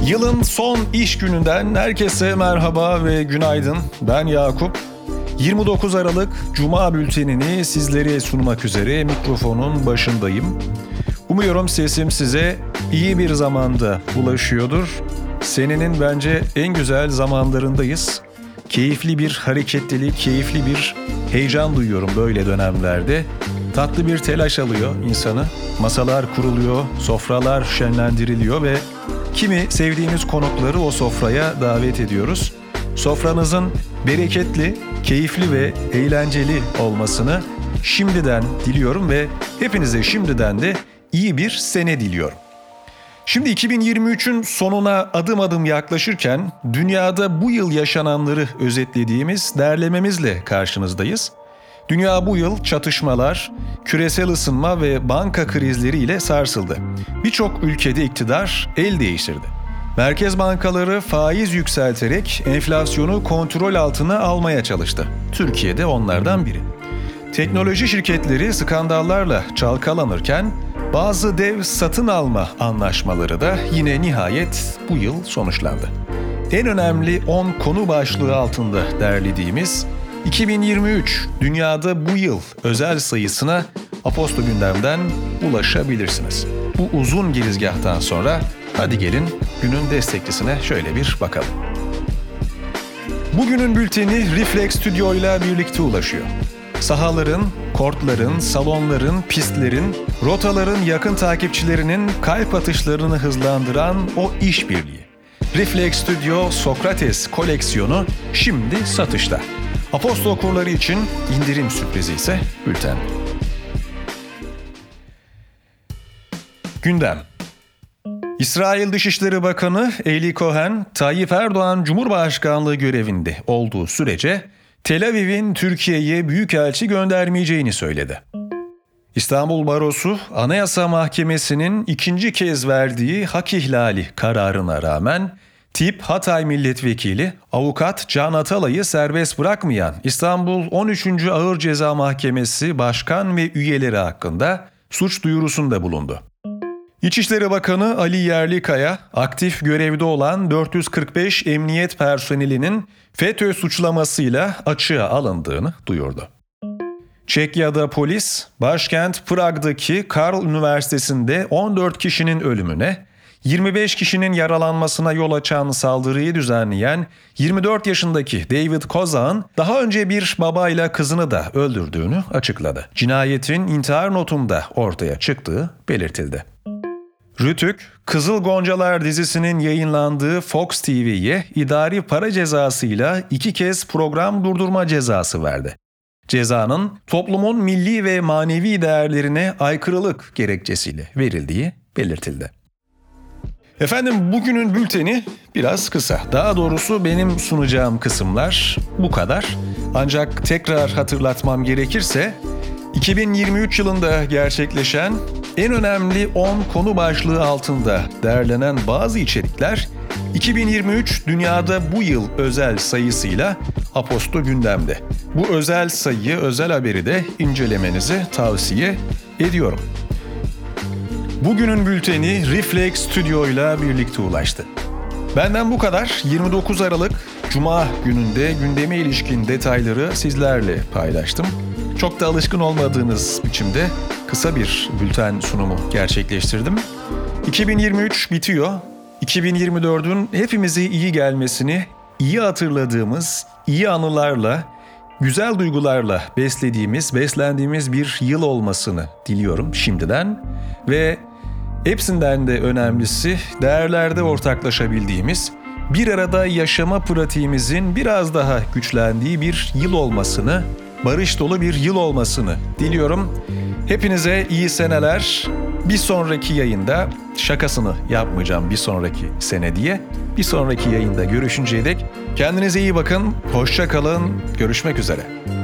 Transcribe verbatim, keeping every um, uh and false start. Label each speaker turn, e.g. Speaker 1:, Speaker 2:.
Speaker 1: Yılın son iş gününden herkese merhaba ve günaydın. Ben Yakup. yirmi dokuz Aralık Cuma bültenini sizlere sunmak üzere mikrofonun başındayım. Umuyorum sesim size iyi bir zamanda ulaşıyordur. Senenin bence en güzel zamanlarındayız. Keyifli bir hareketlilik, keyifli bir heyecan duyuyorum böyle dönemlerde. Tatlı bir telaş alıyor insanı. Masalar kuruluyor, sofralar şenlendiriliyor ve kimi sevdiğimiz konukları o sofraya davet ediyoruz. Sofranızın bereketli, keyifli ve eğlenceli olmasını şimdiden diliyorum ve hepinize şimdiden de iyi bir sene diliyorum. Şimdi iki bin yirmi üçün sonuna adım adım yaklaşırken dünyada bu yıl yaşananları özetlediğimiz derlememizle karşınızdayız. Dünya bu yıl çatışmalar, küresel ısınma ve banka krizleriyle sarsıldı. Birçok ülkede iktidar el değiştirdi. Merkez bankaları faiz yükselterek enflasyonu kontrol altına almaya çalıştı. Türkiye de onlardan biri. Teknoloji şirketleri skandallarla çalkalanırken bazı dev satın alma anlaşmaları da yine nihayet bu yıl sonuçlandı. En önemli on konu başlığı altında derlediğimiz iki bin yirmi üç Dünyada bu yıl özel sayısına Aposto Gündem'den ulaşabilirsiniz. Bu uzun girizgahtan sonra hadi gelin günün desteklisine şöyle bir bakalım. Bugünün bülteni Reflex Stüdyo ile birlikte ulaşıyor. Sahaların, kortların, salonların, pistlerin, rotaların yakın takipçilerinin kalp atışlarını hızlandıran o işbirliği. Reflex Stüdyo Sokrates koleksiyonu şimdi satışta. Aposto okurları için indirim sürprizi ise bülten. Gündem. İsrail Dışişleri Bakanı Eli Cohen, Tayyip Erdoğan Cumhurbaşkanlığı görevinde olduğu sürece Tel Aviv'in Türkiye'ye büyükelçi göndermeyeceğini söyledi. İstanbul Barosu, Anayasa Mahkemesi'nin ikinci kez verdiği hak ihlali kararına rağmen T İ P Hatay Milletvekili Avukat Can Atalay'ı serbest bırakmayan İstanbul on üçüncü Ağır Ceza Mahkemesi Başkan ve üyeleri hakkında suç duyurusunda bulundu. İçişleri Bakanı Ali Yerlikaya, aktif görevde olan dört yüz kırk beş emniyet personelinin FETÖ suçlamasıyla açığa alındığını duyurdu. Çekya'da polis, başkent Prag'daki Karl Üniversitesi'nde on dört kişinin ölümüne, yirmi beş kişinin yaralanmasına yol açan saldırıyı düzenleyen yirmi dört yaşındaki David Kozak'ın daha önce bir babayla kızını da öldürdüğünü açıkladı. Cinayetin intihar notunda ortaya çıktığı belirtildi. Rütük, Kızıl Goncalar dizisinin yayınlandığı Fox T V'ye idari para cezasıyla iki kez program durdurma cezası verdi. Cezanın toplumun milli ve manevi değerlerine aykırılık gerekçesiyle verildiği belirtildi. Efendim bugünün bülteni biraz kısa. Daha doğrusu benim sunacağım kısımlar bu kadar. Ancak tekrar hatırlatmam gerekirse iki bin yirmi üç yılında gerçekleşen en önemli on konu başlığı altında derlenen bazı içerikler iki bin yirmi üç Dünyada bu yıl özel sayısıyla Aposto Gündem'de. Bu özel sayıyı, özel haberi de incelemenizi tavsiye ediyorum. Bugünün bülteni Reflex Stüdyo ile birlikte ulaştı. Benden bu kadar. yirmi dokuz Aralık Cuma gününde gündeme ilişkin detayları sizlerle paylaştım. Çok da alışkın olmadığınız biçimde kısa bir bülten sunumu gerçekleştirdim. iki bin yirmi üç bitiyor. iki bin yirmi dördün hepimize iyi gelmesini, iyi hatırladığımız, iyi anılarla, güzel duygularla beslediğimiz, beslendiğimiz bir yıl olmasını diliyorum şimdiden. Ve hepsinden de önemlisi değerlerde ortaklaşabildiğimiz, bir arada yaşama pratiğimizin biraz daha güçlendiği bir yıl olmasını, barış dolu bir yıl olmasını diliyorum. Hepinize iyi seneler. Bir sonraki yayında, şakasını yapmayacağım bir sonraki sene diye, bir sonraki yayında görüşünceye dek kendinize iyi bakın, hoşça kalın, görüşmek üzere.